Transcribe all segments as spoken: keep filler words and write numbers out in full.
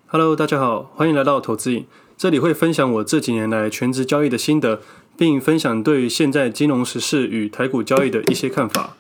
Hello， 大家好，欢迎来到投资瘾。这里会分享我这几年来全职交易的心得，并分享对于现在金融时事与台股交易的一些看法。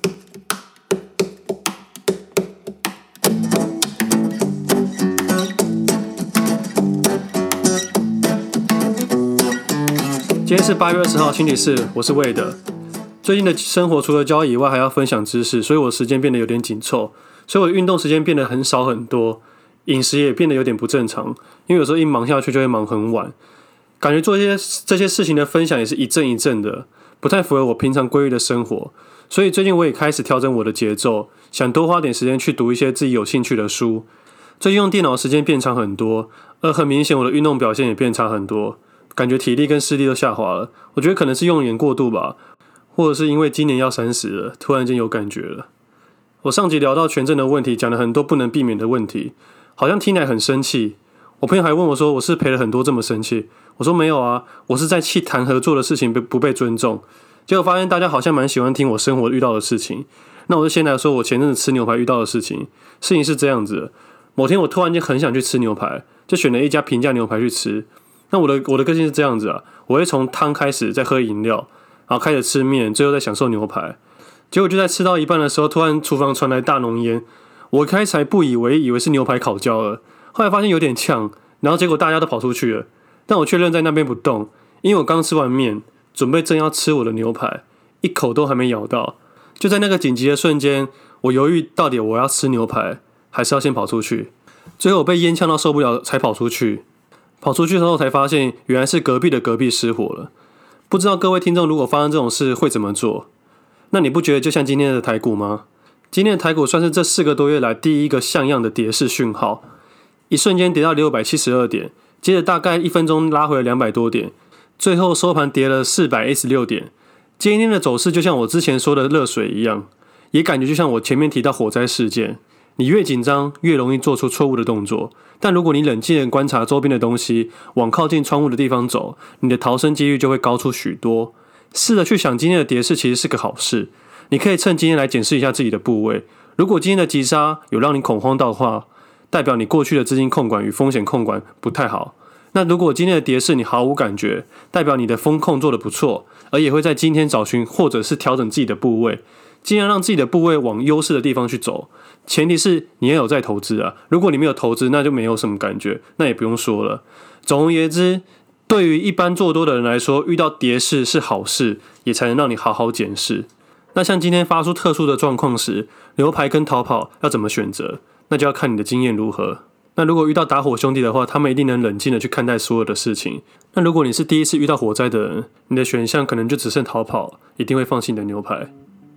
今天是八月二十号，星期四，我是魏德。最近的生活除了交易以外，还要分享知识，所以我的时间变得有点紧凑，所以我的运动时间变得很少很多，饮食也变得有点不正常，因为有时候一忙下去就会忙很晚，感觉做这些这些事情的分享也是一阵一阵的，不太符合我平常规律的生活，所以最近我也开始调整我的节奏，想多花点时间去读一些自己有兴趣的书。最近用电脑的时间变长很多，而很明显我的运动表现也变差很多，感觉体力跟视力都下滑了。我觉得可能是用眼过度吧，或者是因为今年要三十了，突然间有感觉了。我上集聊到权证的问题，讲了很多不能避免的问题，好像听来很生气。我朋友还问我说，我是赔了很多这么生气？我说没有啊，我是在气谈合作的事情不被尊重。结果发现大家好像蛮喜欢听我生活遇到的事情。那我就先来说我前阵子吃牛排遇到的事情。事情是这样子的，某天我突然间很想去吃牛排，就选了一家平价牛排去吃。那我的我的个性是这样子啊，我会从汤开始，再喝饮料，然后开始吃面，最后再享受牛排。结果就在吃到一半的时候，突然厨房传来大浓烟。我开始还不以为意，以为是牛排烤焦了，后来发现有点呛，然后结果大家都跑出去了，但我却愣在那边不动，因为我刚吃完面，准备正要吃我的牛排，一口都还没咬到。就在那个紧急的瞬间，我犹豫到底我要吃牛排，还是要先跑出去。最后我被烟呛到受不了，才跑出去。跑出去之后才发现，原来是隔壁的隔壁失火了。不知道各位听众如果发生这种事会怎么做？那你不觉得就像今天的台股吗？今天的台股算是这四个多月来第一个像样的跌势讯号，一瞬间跌到六百七十二点，接着大概一分钟拉回了两百多点，最后收盘跌了四百一十六点。今天的走势就像我之前说的热水一样，也感觉就像我前面提到火灾事件，你越紧张越容易做出错误的动作，但如果你冷静地观察周边的东西，往靠近窗户的地方走，你的逃生几率就会高出许多。试着去想今天的跌势其实是个好事，你可以趁今天来检视一下自己的部位。如果今天的急杀有让你恐慌到的话，代表你过去的资金控管与风险控管不太好。那如果今天的跌势你毫无感觉，代表你的风控做得不错，而也会在今天找寻或者是调整自己的部位，尽量让自己的部位往优势的地方去走。前提是你要有在投资啊，如果你没有投资，那就没有什么感觉，那也不用说了。总而言之，对于一般做多的人来说，遇到跌势是好事，也才能让你好好检视。那像今天发出特殊的状况时，牛排跟逃跑要怎么选择，那就要看你的经验如何。那如果遇到打火兄弟的话，他们一定能冷静的去看待所有的事情。那如果你是第一次遇到火灾的人，你的选项可能就只剩逃跑，一定会放弃你的牛排。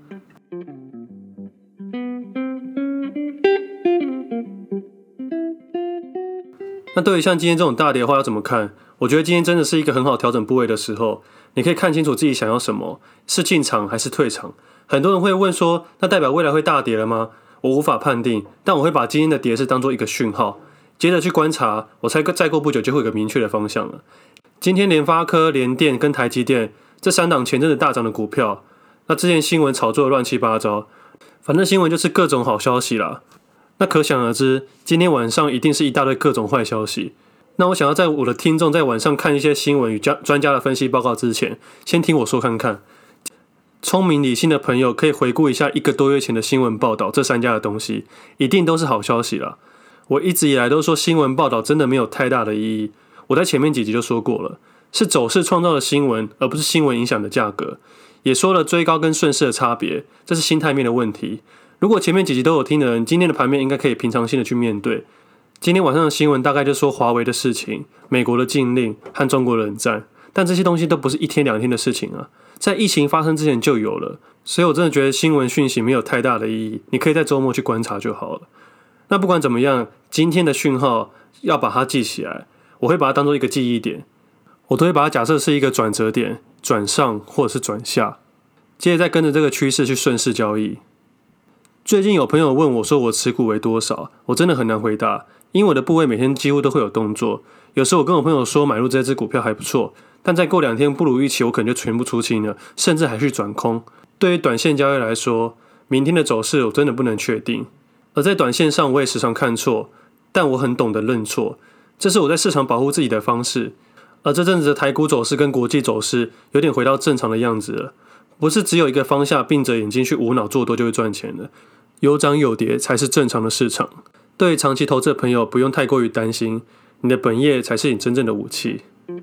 那对于像今天这种大跌的话要怎么看？我觉得今天真的是一个很好调整部位的时候，你可以看清楚自己想要什么，是进场还是退场。很多人会问说，那代表未来会大跌了吗？我无法判定，但我会把今天的跌势当作一个讯号，接着去观察，我猜再过不久就会有个明确的方向了。今天联发科、联电跟台积电这三档前阵子大涨的股票，那之前新闻炒作的乱七八糟，反正新闻就是各种好消息啦。那可想而知，今天晚上一定是一大堆各种坏消息。那我想要在我的听众在晚上看一些新闻与专家的分析报告之前，先听我说看看。聪明理性的朋友可以回顾一下一个多月前的新闻报道，这三家的东西一定都是好消息啦。我一直以来都说新闻报道真的没有太大的意义，我在前面几集就说过了，是走势创造的新闻，而不是新闻影响的价格。也说了追高跟顺势的差别，这是心态面的问题。如果前面几集都有听的人，今天的盘面应该可以平常心的去面对。今天晚上的新闻大概就说华为的事情、美国的禁令和中国的冷战，但这些东西都不是一天两天的事情啊，在疫情发生之前就有了，所以我真的觉得新闻讯息没有太大的意义，你可以在周末去观察就好了。那不管怎么样，今天的讯号要把它记起来，我会把它当做一个记忆点，我都会把它假设是一个转折点，转上或者是转下，接着再跟着这个趋势去顺势交易。最近有朋友问我说我持股为多少，我真的很难回答，因为我的部位每天几乎都会有动作。有时候我跟我朋友说买入这支股票还不错，但再过两天不如预期，我可能就全部出清了，甚至还去转空。对于短线交易来说，明天的走势我真的不能确定。而在短线上我也时常看错， 但我很懂得认错，这是我在市场保护自己的方式。而这阵子的台股走势跟国际走势有点回到正常的样子了，不是只有一个方向闭着眼睛去无脑做多就会赚钱的，有涨有跌才是正常的市场。对长期投资的朋友不用太过于担心，你的本业才是你真正的武器。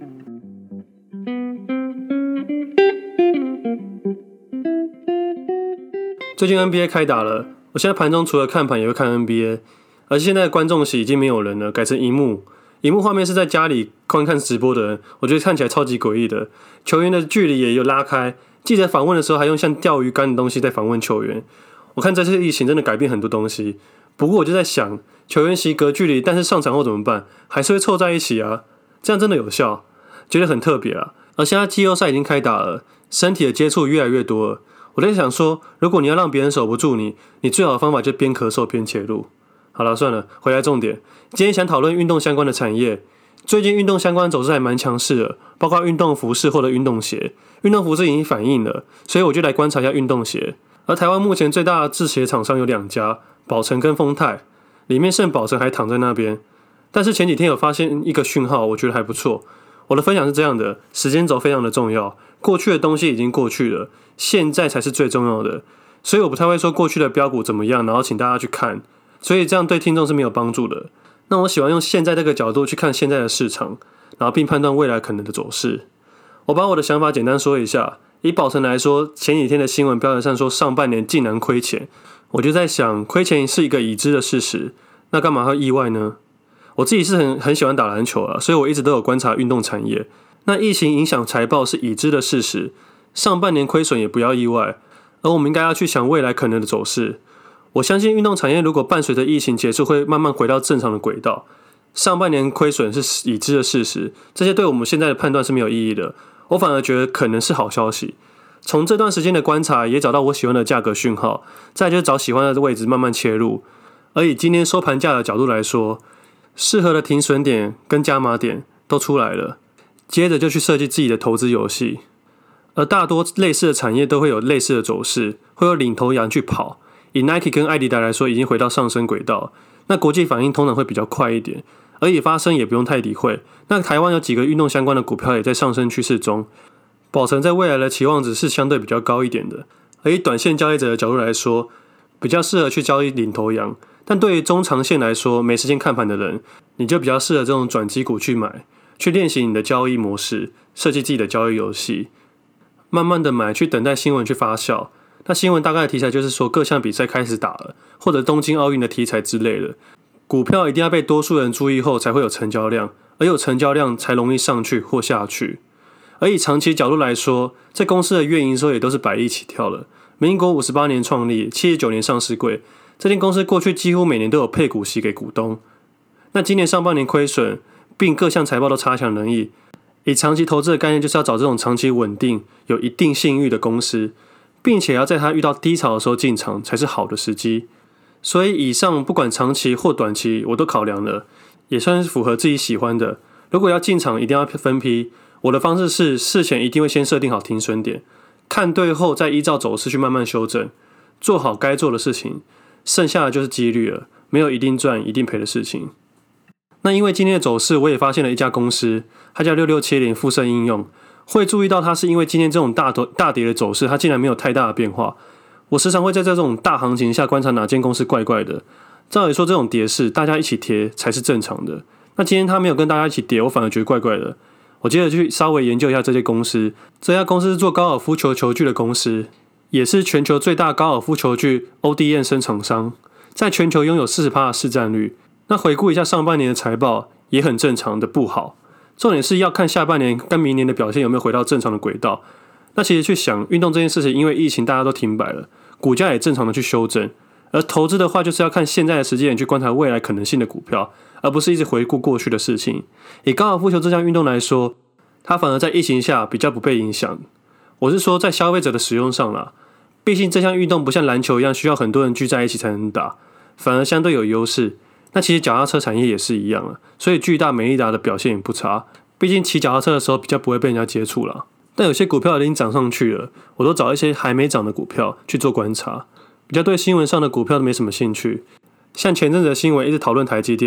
最近 N B A 开打了，我现在盘中除了看盘也会看 N B A， 而现在的观众席已经没有人了，改成萤幕。萤幕画面是在家里观看直播的人，我觉得看起来超级诡异的。球员的距离也有拉开，记者访问的时候还用像钓鱼竿的东西在访问球员。我看这次疫情真的改变很多东西，不过我就在想，球员席隔距离，但是上场后怎么办？还是会凑在一起啊？这样真的有效？觉得很特别啊。而现在季后赛已经开打了，身体的接触越来越多了。我在想说，如果你要让别人守不住你，你最好的方法就边咳嗽边切入。好了，算了，回来重点。今天想讨论运动相关的产业。最近运动相关的走势还蛮强势的，包括运动服饰或者运动鞋。运动服饰已经反映了，所以我就来观察一下运动鞋。而台湾目前最大的制鞋厂商有两家，宝成跟丰泰，里面剩宝成还躺在那边。但是前几天有发现一个讯号，我觉得还不错。我的分享是这样的，时间轴非常的重要，过去的东西已经过去了，现在才是最重要的。所以我不太会说过去的标股怎么样，然后请大家去看，所以这样对听众是没有帮助的。那我喜欢用现在这个角度去看现在的市场，然后并判断未来可能的走势。我把我的想法简单说一下。以宝成来说，前几天的新闻标题上说上半年竟然亏钱，我就在想，亏钱是一个已知的事实，那干嘛会意外呢？我自己是很很喜欢打篮球啦，所以我一直都有观察运动产业。那疫情影响财报是已知的事实，上半年亏损也不要意外，而我们应该要去想未来可能的走势。我相信运动产业如果伴随着疫情结束，会慢慢回到正常的轨道。上半年亏损是已知的事实，这些对我们现在的判断是没有意义的。我反而觉得可能是好消息。从这段时间的观察，也找到我喜欢的价格讯号，再就是找喜欢的位置慢慢切入。而以今天收盘价的角度来说，适合的停损点跟加码点都出来了，接着就去设计自己的投资游戏。而大多类似的产业都会有类似的走势，会有领头羊去跑。以 Nike 跟艾迪达来说，已经回到上升轨道，那国际反应通常会比较快一点，而已发生也不用太理会。那台湾有几个运动相关的股票也在上升趋势中，宝成在未来的期望值是相对比较高一点的。而以短线交易者的角度来说，比较适合去交易领头羊，但对于中长线来说，没时间看盘的人，你就比较适合这种转机股去买，去练习你的交易模式，设计自己的交易游戏，慢慢的买，去等待新闻去发酵。那新闻大概的题材就是说各项比赛开始打了，或者东京奥运的题材之类的。股票一定要被多数人注意后才会有成交量，而有成交量才容易上去或下去。而以长期角度来说，这公司的月营收也都是百亿起跳了。民国五十八年创立，七十九年上市柜，这间公司过去几乎每年都有配股息给股东。那今年上半年亏损，并各项财报都差强人意。以长期投资的概念，就是要找这种长期稳定、有一定信誉的公司，并且要在它遇到低潮的时候进场才是好的时机。所以以上不管长期或短期我都考量了，也算是符合自己喜欢的。如果要进场一定要分批，我的方式是事前一定会先设定好停损点，看对后再依照走势去慢慢修正，做好该做的事情，剩下的就是几率了，没有一定赚一定赔的事情。那因为今天的走势，我也发现了一家公司，它叫六六七零富盛应用。会注意到它是因为今天这种 大, 大跌的走势，它竟然没有太大的变化。我时常会在这种大行情下观察哪间公司怪怪的。照理说这种跌势大家一起跌才是正常的，那今天它没有跟大家一起跌，我反而觉得怪怪的。我接着去稍微研究一下这间公司。这家公司是做高尔夫球球具的公司，也是全球最大高尔夫球具 O D M 生产商，在全球拥有 百分之四十 的市占率。那回顾一下上半年的财报，也很正常的不好。重点是要看下半年跟明年的表现有没有回到正常的轨道。那其实去想运动这件事情，因为疫情大家都停摆了，股价也正常的去修正。而投资的话，就是要看现在的时间点去观察未来可能性的股票，而不是一直回顾过去的事情。以高尔夫球这项运动来说，它反而在疫情下比较不被影响。我是说在消费者的使用上啦，毕竟这项运动不像篮球一样需要很多人聚在一起才能打，反而相对有优势。那其实脚踏车产业也是一样了，所以巨大美利达的表现也不差。毕竟骑脚踏车的时候比较不会被人家接触啦。但有些股票已经涨上去了，我都找一些还没涨的股票去做观察，比较对新闻上的股票都没什么兴趣。像前阵子的新闻一直讨论台积电，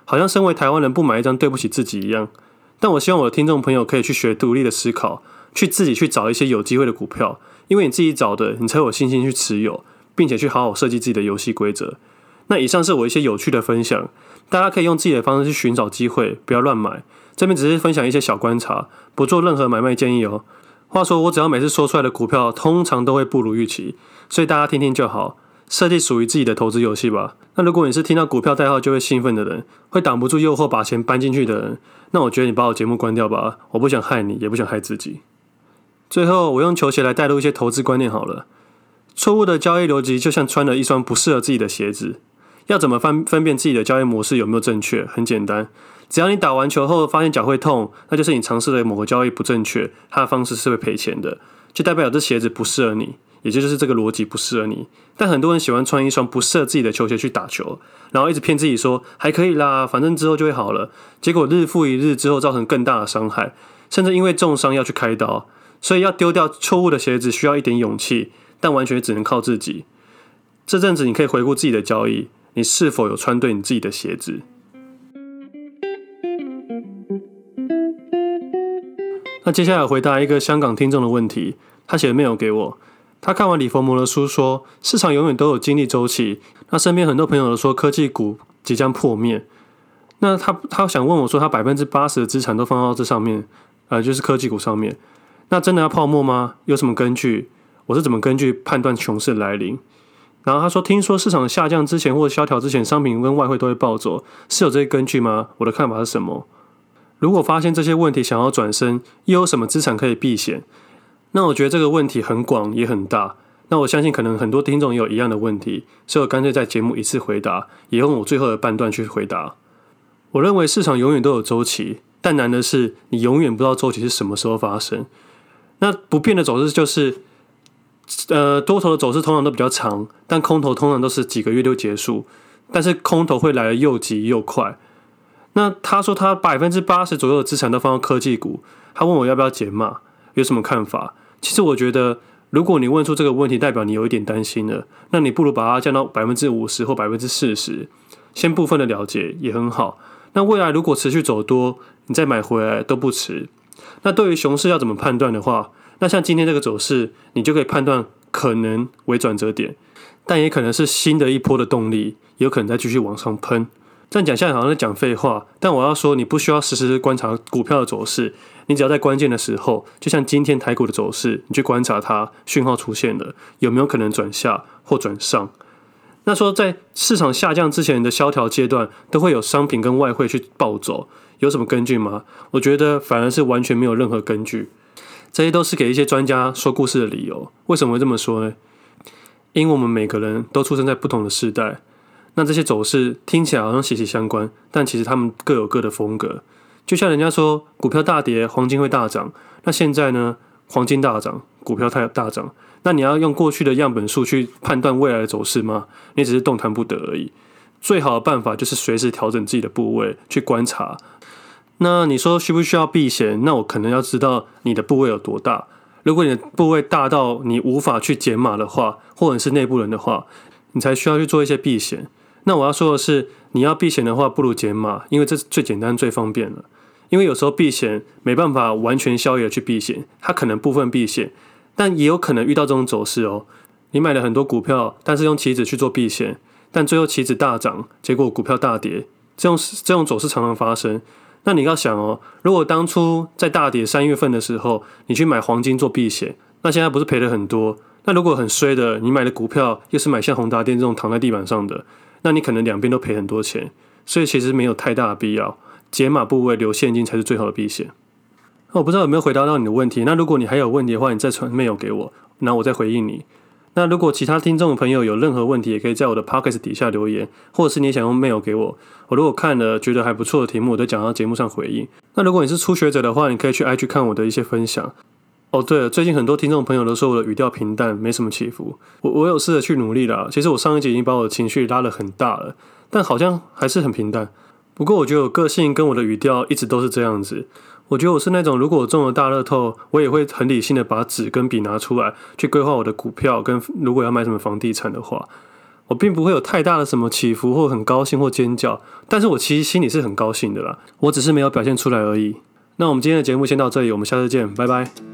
好像身为台湾人不买一张对不起自己一样。但我希望我的听众朋友可以去学独立的思考，去自己去找一些有机会的股票，因为你自己找的，你才有信心去持有，并且去好好设计自己的游戏规则。那以上是我一些有趣的分享，大家可以用自己的方式去寻找机会，不要乱买。这边只是分享一些小观察，不做任何买卖建议哦。话说，我只要每次说出来的股票通常都会不如预期，所以大家听听就好，设计属于自己的投资游戏吧。那如果你是听到股票代号就会兴奋的人，会挡不住诱惑把钱搬进去的人，那我觉得你把我节目关掉吧，我不想害你，也不想害自己。最后，我用球鞋来带入一些投资观念好了。错误的交易逻辑就像穿了一双不适合自己的鞋子，要怎么分分辨自己的交易模式有没有正确？很简单，只要你打完球后发现脚会痛，那就是你尝试的某个交易不正确，它的方式是会赔钱的，就代表这鞋子不适合你，也就是这个逻辑不适合你。但很多人喜欢穿一双不适合自己的球鞋去打球，然后一直骗自己说还可以啦，反正之后就会好了，结果日复一日之后造成更大的伤害，甚至因为重伤要去开刀。所以要丢掉错误的鞋子需要一点勇气，但完全只能靠自己。这阵子你可以回顾自己的交易，你是否有穿对你自己的鞋子？那接下来回答一个香港听众的问题，他写了 mail 给我。他看完李佛摩的书说，市场永远都有经历周期，那身边很多朋友都说科技股即将破灭。那他他想问我说，他 百分之八十 的资产都放到这上面，呃，就是科技股上面。那真的要泡沫吗？有什么根据？我是怎么根据判断熊市来临？然后他说，听说市场下降之前或者萧条之前，商品跟外汇都会暴走，是有这些根据吗？我的看法是什么？如果发现这些问题想要转身，又有什么资产可以避险？那我觉得这个问题很广也很大。那我相信可能很多听众也有一样的问题，所以我干脆在节目一次回答，也用我最后的半段去回答。我认为市场永远都有周期，但难的是你永远不知道周期是什么时候发生。那不变的走势就是，呃，多头的走势通常都比较长，但空头通常都是几个月就结束。但是空头会来得又急又快。那他说他 百分之八十 左右的资产都放到科技股，他问我要不要减码，有什么看法？其实我觉得，如果你问出这个问题，代表你有一点担心了，那你不如把它降到 百分之五十 或 百分之四十， 先部分的了解也很好。那未来如果持续走多，你再买回来都不迟。那对于熊市要怎么判断的话，那像今天这个走势，你就可以判断可能为转折点，但也可能是新的一波的动力，也有可能再继续往上喷。这样讲下来好像在讲废话，但我要说，你不需要时时观察股票的走势，你只要在关键的时候，就像今天台股的走势，你去观察它讯号出现了，有没有可能转下或转上。那说在市场下降之前的萧条阶段，都会有商品跟外汇去暴走，有什么根据吗？我觉得反而是完全没有任何根据，这些都是给一些专家说故事的理由。为什么会这么说呢？因为我们每个人都出生在不同的世代，那这些走势听起来好像息息相关，但其实他们各有各的风格。就像人家说股票大跌，黄金会大涨，那现在呢，黄金大涨，股票大涨，那你要用过去的样本数去判断未来的走势吗？你只是动弹不得而已。最好的办法就是随时调整自己的部位去观察。那你说需不需要避险？那我可能要知道你的部位有多大。如果你的部位大到你无法去减码的话，或者是内部人的话，你才需要去做一些避险。那我要说的是，你要避险的话，不如减码，因为这是最简单最方便了。因为有时候避险没办法完全效益的去避险，它可能部分避险，但也有可能遇到这种走势哦。你买了很多股票，但是用期指去做避险，但最后期指大涨，结果股票大跌，这种这种走势常常发生。那你要想哦，如果当初在大跌三月份的时候，你去买黄金做避险，那现在不是赔了很多？那如果很衰的，你买的股票又是买像宏达电这种躺在地板上的，那你可能两边都赔很多钱。所以其实没有太大的必要，解码部位留现金才是最好的避险。那我不知道有没有回答到你的问题，那如果你还有问题的话，你再传 mail 给我，那我再回应你。那如果其他听众的朋友有任何问题，也可以在我的 podcast 底下留言，或者是你想用 mail 给我，我如果看了觉得还不错的题目，我都讲到节目上回应。那如果你是初学者的话，你可以去 I G 看我的一些分享。哦，对了，最近很多听众朋友都说我的语调平淡，没什么起伏。我我有试着去努力啦，其实我上一集已经把我的情绪拉得很大了，但好像还是很平淡。不过我觉得我个性跟我的语调一直都是这样子。我觉得我是那种，如果我中了大乐透，我也会很理性的把纸跟笔拿出来，去规划我的股票，跟如果要买什么房地产的话， 我并不会有太大的什么起伏或很高兴或尖叫，但是我其实心里是很高兴的啦，我只是没有表现出来而已。那我们今天的节目先到这里，我们下次见，拜拜。